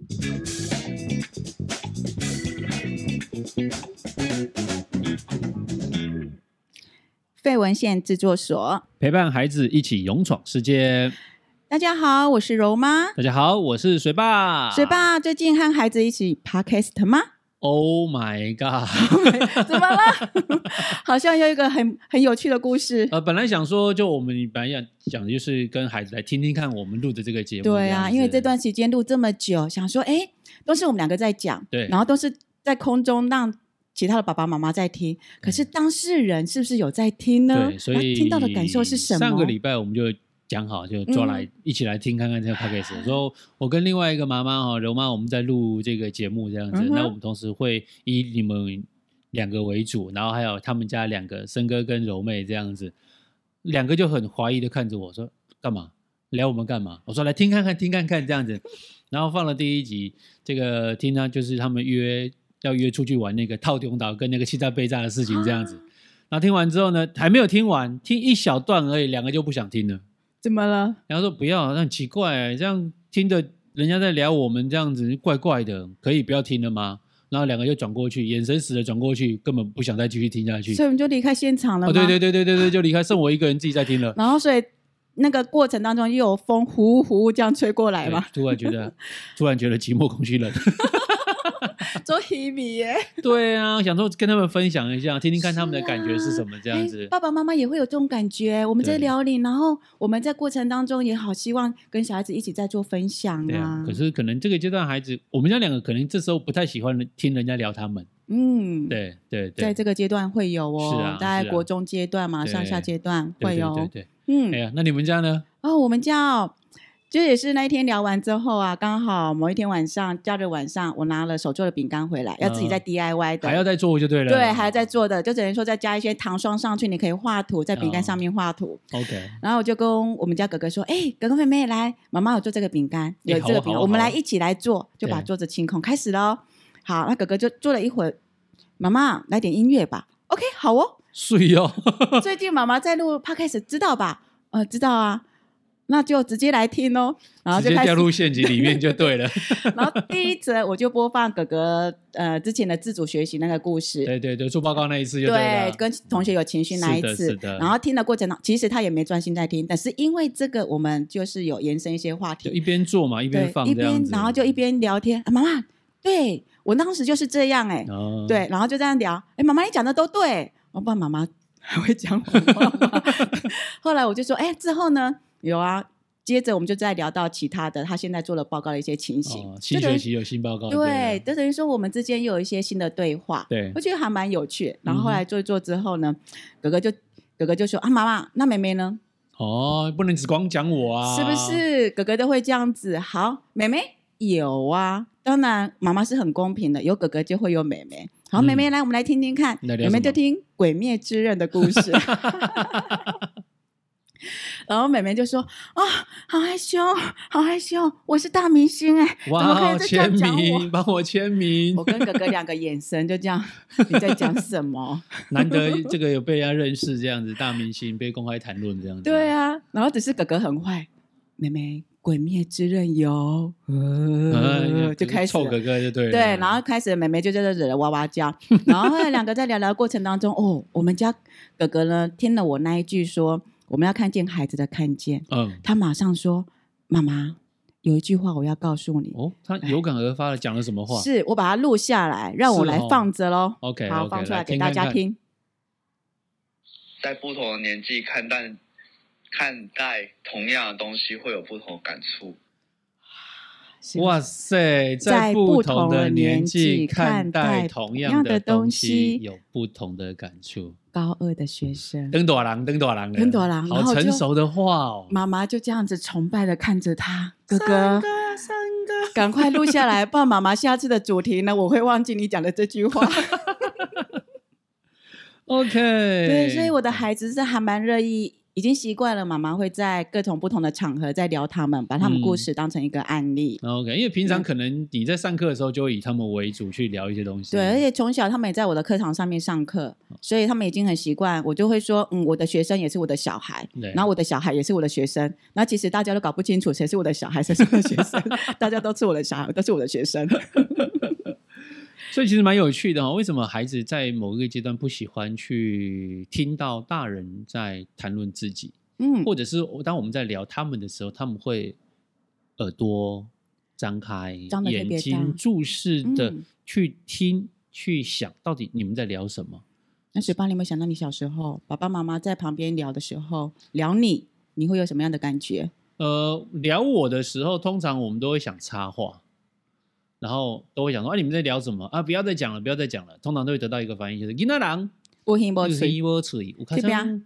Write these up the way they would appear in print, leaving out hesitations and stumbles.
废文献制作所陪伴孩子一起勇闯世界。 大家好，我是柔妈。 大家好，我是水爸。 水爸最近和孩子一起 podcast 吗？ Oh my god 怎么了？好像有一个很有趣的故事。 本来想说就我们本来讲的就是跟孩子来听听看我们录的这个节目。 对啊，因为这段时间录这么久，想说都是我们两个在讲， 对， 然后都是在空中让其他的爸爸妈妈在听，可是当事人是不是有在听呢？ 对，所以听到的感受是什么？ 上个礼拜我们就讲好，就抓来一起来听看看这个 podcast。说我跟另外一个妈妈柔妈，我们在录这个节目这样子，那我们同时会以你们两个为主，然后还有他们家两个森哥跟柔妹这样子，两个就很怀疑的看着我说干嘛聊我们干嘛？我说来听看看听看看这样子，然后放了第一集，这个听呢就是他们要约出去玩那个套中岛跟那个气炸被炸的事情这样子。然后听完之后呢，还没有听完，听一小段而已，两个就不想听了。 怎么了？ 然后说不要，那很奇怪这样听着人家在聊我们这样子怪怪的，可以不要听了吗？然后两个就转过去，眼神死的转过去，根本不想再继续听下去， 所以我们就离开现场了吗？ 对，就离开，剩我一个人自己在听了。 然后所以那个过程当中又有风呼呼这样吹过来嘛， 突然觉得寂寞空虚冷。 做黑米耶。 对啊，想说跟他们分享一下，听听看他们的感觉是什么这样子。 爸爸妈妈也会有这种感觉，我们在聊你，然后我们在过程当中也好希望跟小孩子一起在做分享啊。 可是可能这个阶段孩子，我们家两个可能这时候不太喜欢听人家聊他们。对， 在这个阶段会有哦， 是啊， 大概国中阶段嘛，上下阶段会有。 对，那你们家呢？ 我们家就也是那一天聊完之后啊，刚好某一天晚上，假日晚上，我拿了手做的饼干回来，要自己再 DIY 的， 还要再做就对了。 对，还要再做的，就只能说再加一些糖霜上去，你可以画图，在饼干上面画图。 OK。 然后我就跟我们家哥哥说：“哥哥妹妹来，妈妈有做这个饼干，有这个饼干，我们来一起来做，就把桌子清空，开始咯。好，那哥哥就做了一会儿，妈妈来点音乐吧。OK， 好哦， 是哦。 最近妈妈在录 Podcast， 知道吧？知道啊。”那就直接来听哦，然后就开始直接掉入陷阱里面就对了。 然后第一则我就播放哥哥之前的自主学习那个故事， 对，做报告那一次就对了， 对，跟同学有情绪那一次， 是的。 然后听的过程中，其实他也没专心在听，但是因为这个，我们就是有延伸一些话题， 就一边做嘛，一边放这样子， 然后就一边聊天。妈妈，对我当时就是这样对，然后就这样聊。妈妈你讲的都对，不然妈妈还会讲谎话吗？后来我就说，之后呢？有啊，接着我们就再聊到其他的，他现在做了报告的一些情形。 新学期有新报告， 对，就等于说我们之间又有一些新的对话， 对， 我觉得还蛮有趣。然后后来做一做之后呢，哥哥就说妈妈，那妹妹呢？ 不能只光讲我啊， 是不是？哥哥都会这样子。好，妹妹有啊，当然妈妈是很公平的，有哥哥就会有妹妹。好，妹妹来，我们来听听看，妹妹就听《鬼灭之刃》的故事。然后妹妹就说：“好害羞，好害羞，我是大明星哇，签名，帮我签名。” 我跟哥哥两个眼神就这样，你在讲什么？ 难得这个有被人家认识，这样子大明星被公开谈论这样子。 对啊，然后只是哥哥很坏，妹妹鬼灭之刃有，就开始臭哥哥就对了。 对，然后开始妹妹就在这惹哇哇叫，然后后来两个在聊聊的过程当中，我们家哥哥呢听了我那一句说我们要看见孩子的看见，他马上说妈妈有一句话我要告诉你。 他有感而发的讲了什么话？ 是我把它录下来，让我来放着咯。 OK， 好，放出来给大家听。 在不同的年纪看待同样的东西会有不同的感触。 哇塞，在不同的年纪看待同样的东西有不同的感触。 高2的学生， 登大郎，好成熟的话哦。 妈妈就这样子崇拜的看着他，哥哥，赶快录下来，不然妈妈下次的主题呢，我会忘记你讲的这句话。 OK， 对，所以我的孩子是还蛮乐意已经习惯了妈妈会在各种不同的场合在聊他们，把他们故事当成一个案例。 OK， 因为平常可能你在上课的时候就会以他们为主去聊一些东西。 对，而且从小他们也在我的课堂上面上课，所以他们已经很习惯，我就会说我的学生也是我的小孩，然后我的小孩也是我的学生，然后其实大家都搞不清楚谁是我的小孩谁是我的学生大家都是我的小孩都是我的学生所以其实蛮有趣的为什么孩子在某一个阶段不喜欢去听到大人在谈论自己，或者是当我们在聊他们的时候，他们会耳朵张开，眼睛注视的去听去想到底你们在聊什么。 那水爸，你有没有想到你小时候爸爸妈妈在旁边聊的时候聊你会有什么样的感觉？ 聊我的时候通常我们都会想插话，然后都会想说你们在聊什么啊？不要再讲了，不要再讲了。通常都会得到一个反应，就是囡仔人有耳没嘴， 有嘴，有这边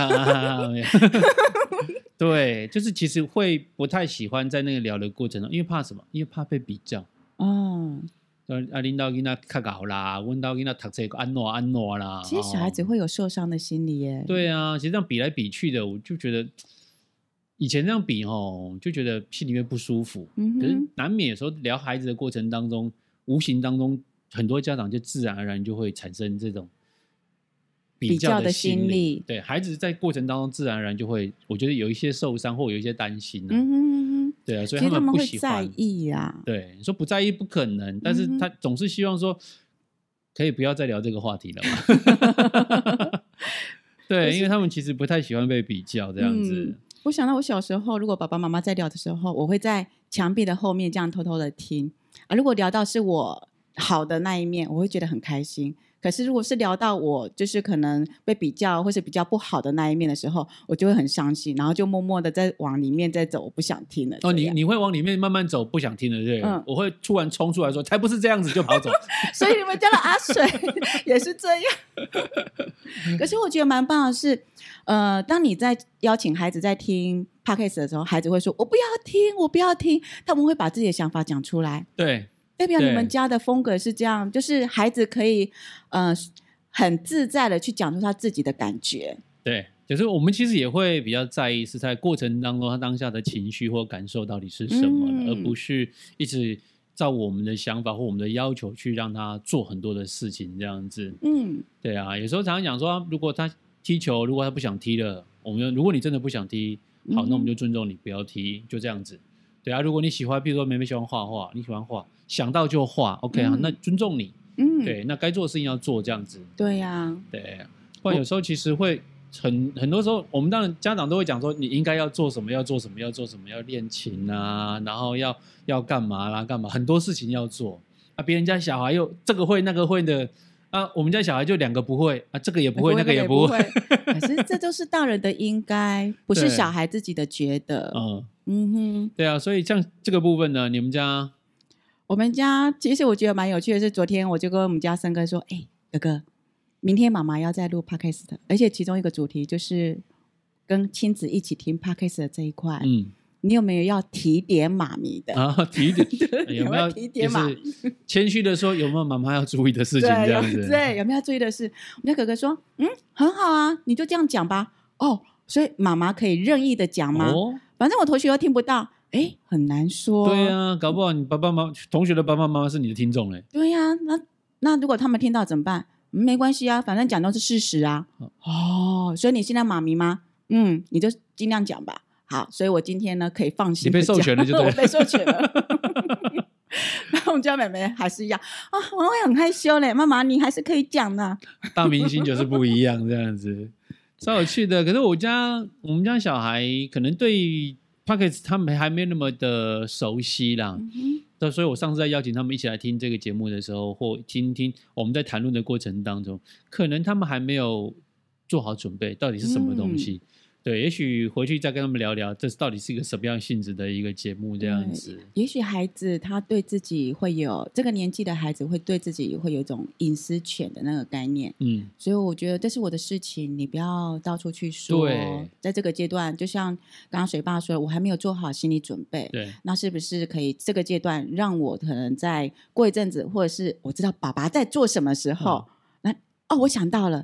对，就是其实会不太喜欢在那个聊的过程中，因为怕什么？因为怕被比较。恁兜囡仔较搞啦，阮兜囡仔读册安怎安怎啦。 其实小孩子会有受伤的心理耶。 对啊，其实这样比来比去的，我就觉得以前这样比就觉得心里面不舒服。可是难免有时候聊孩子的过程当中，无形当中很多家长就自然而然就会产生这种比较的心理。对，孩子在过程当中自然而然就会，我觉得有一些受伤或有一些担心对啊，所以他们不喜欢。 会在意啊。 对，你说不在意不可能，但是他总是希望说可以不要再聊这个话题了嘛。对，因为他们其实不太喜欢被比较这样子。 我想到我小时候，如果爸爸妈妈在聊的时候，我会在墙壁的后面这样偷偷的听如果聊到是我好的那一面，我会觉得很开心。可是如果是聊到我就是可能被比较或是比较不好的那一面的时候，我就会很伤心，然后就默默的再往里面再走，我不想听了。 你会往里面慢慢走，不想听了，对？我会突然冲出来说才不是这样子，就跑走。 所以你们家的阿水也是这样。可是我觉得蛮棒的是当你在邀请孩子在听 Podcast 的时候，孩子会说我不要听我不要听，他们会把自己的想法讲出来。 对， 代表你们家的风格是这样，就是孩子可以很自在的去讲出他自己的感觉。 对，就是我们其实也会比较在意是在过程当中他当下的情绪或感受到底是什么而不是一直照我们的想法或我们的要求去让他做很多的事情这样子。对啊，有时候常常讲说如果他踢球，如果他不想踢了，如果你真的不想踢，好，那我们就尊重你不要踢，就这样子。对啊，如果你喜欢，比如说妹妹喜欢画画，你喜欢画，想到就画 OK 啊，那尊重你。对，那该做的事情要做这样子。 对啊， 对，不然有时候其实会很多时候我们当然家长都会讲说你应该要做什么要做什么要做什么，要练琴啊，然后要干嘛啦干嘛，很多事情要做啊，别人家小孩又这个会那个会的啊，我们家小孩就2个不会啊，这个也不会那个也不会。 可是这都是大人的应该，不是小孩自己的觉得。 对啊，所以像这个部分呢，你们家？ 我们家其实我觉得蛮有趣的是，昨天我就跟我们家森哥说哥哥，明天妈妈要再录 Podcast 的，而且其中一个主题就是跟亲子一起听 Podcast 的这一块。你有没有要提点妈咪的啊？提点有没有提点妈咪？ 谦虚的说有没有妈妈要注意的事情这样子？ 对，有没有要注意的事？我们家哥哥说很好啊，你就这样讲吧。所以妈妈可以任意的讲吗？反正我同学又听不到。很难说。 对啊，搞不好你同学的爸爸妈妈是你的听众嘞。 对啊，那如果他们听到怎么办？没关系啊，反正讲都是事实啊。所以你现在妈咪吗？你就尽量讲吧。好，所以我今天呢可以放心。 你被授权了就对。 我被授权了。然后我们家妹妹还是一样我会很害羞嘞，妈妈你还是可以讲的。 大明星就是不一样这样子，超有趣的。可是我们家小孩可能对Podcast 他们还没那么的熟悉啦，所以我上次在邀请他们一起来听这个节目的时候，或听我们在谈论的过程当中，可能他们还没有做好准备，到底是什么东西。对，也许回去再跟他们聊聊，这到底是一个什么样性质的一个节目这样子。 也许孩子他对自己会有这个年纪的孩子会对自己会有一种隐私权的那个概念。所以我觉得这是我的事情，你不要到处去说。 对， 在这个阶段，就像刚刚水爸说，我还没有做好心理准备。 对， 那是不是可以这个阶段让我可能在过一阵子，或者是我知道爸爸在做什么时候，我想到了。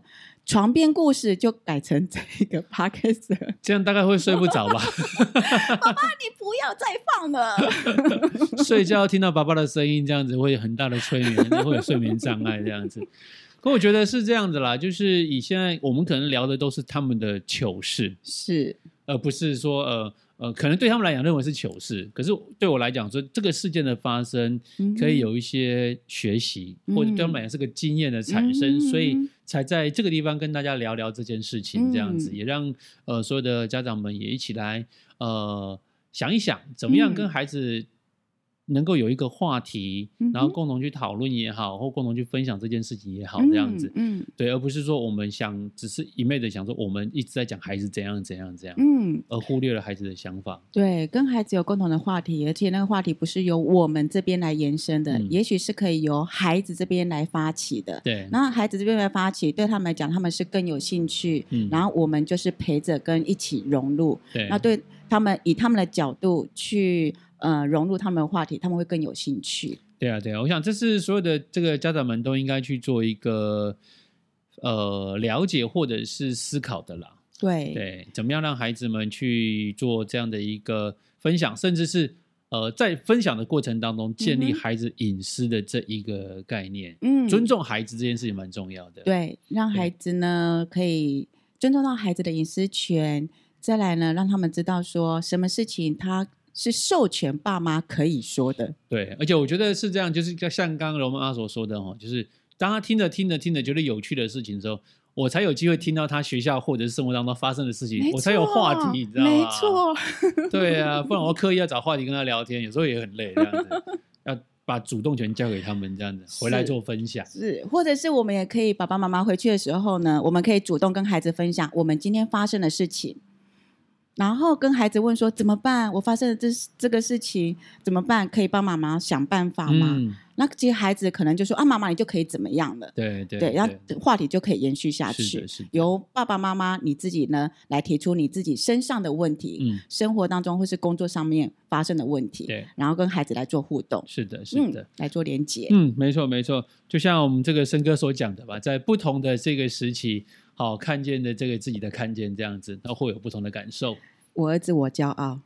床边故事就改成这个 podcast， 这样大概会睡不着吧？ 妈妈，你不要再放了。 睡觉听到爸爸的声音，这样子会有很大的催眠，会有睡眠障碍这样子。可我觉得是这样子啦，就是以现在我们可能聊的都是他们的糗事， 是， 而不是说可能对他们来讲认为是糗事，可是对我来讲说这个事件的发生可以有一些学习，或者对他们来讲是个经验的产生，所以才在这个地方跟大家聊聊这件事情，这样子也让所有的家长们也一起来想一想，怎么样跟孩子能够有一个话题，然后共同去讨论也好，或共同去分享这件事情也好，这样子，对，而不是说我们只是一昧的想说我们一直在讲孩子怎样怎样怎样，而忽略了孩子的想法。 对，跟孩子有共同的话题，而且那个话题不是由我们这边来延伸的，也许是可以由孩子这边来发起的。 对， 然后孩子这边来发起，对他们来讲，他们是更有兴趣，然后我们就是陪着跟一起融入。 对， 那对他们以他们的角度去融入他们的话题，他们会更有兴趣。 对啊，对啊，我想这是所有的这个家长们都应该去做一个了解或者是思考的啦。 对对，怎么样让孩子们去做这样的一个分享，甚至是在分享的过程当中建立孩子隐私的这一个概念。尊重孩子这件事情蛮重要的。 对，让孩子呢可以尊重到孩子的隐私权，再来呢让他们知道说什么事情他是授权爸妈可以说的。 对，而且我觉得是这样，就是像刚刚柔妈所说的就是当他听着觉得有趣的事情的时候，我才有机会听到他学校或者是生活当中发生的事情，我才有话题，你知道吗？ 没错， 对啊，不然我刻意要找话题跟他聊天，有时候也很累，这样子要把主动权交给他们，这样子回来做分享。 是，或者是我们也可以爸爸妈妈回去的时候呢，我们可以主动跟孩子分享我们今天发生的事情。然后跟孩子问说怎么办？我发生的这个事情怎么办？可以帮妈妈想办法吗？那其实孩子可能就说妈妈你就可以怎么样了？ 对， 然后话题就可以延续下去。 是的由爸爸妈妈你自己呢来提出你自己身上的问题，生活当中或是工作上面发生的问题， 对， 然后跟孩子来做互动。 是的， 来做连结。 没错没错，就像我们这个森哥所讲的吧，在不同的这个时期，看见的这个自己的看见，这样子，那会有不同的感受。 我儿子我骄傲。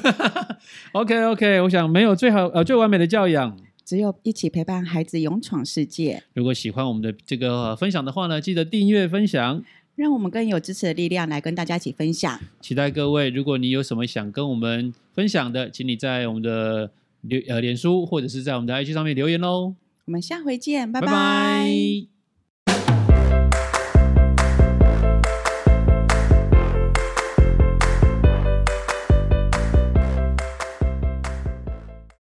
OK， 我想没有最完美的教养， 只有一起陪伴孩子勇闯世界。 如果喜欢我们的这个分享的话呢，记得订阅分享， 让我们更有支持的力量来跟大家一起分享。 期待各位，如果你有什么想跟我们分享的，请你在我们的脸书或者是在我们的 IG 上面留言咯。 我们下回见，拜拜拜。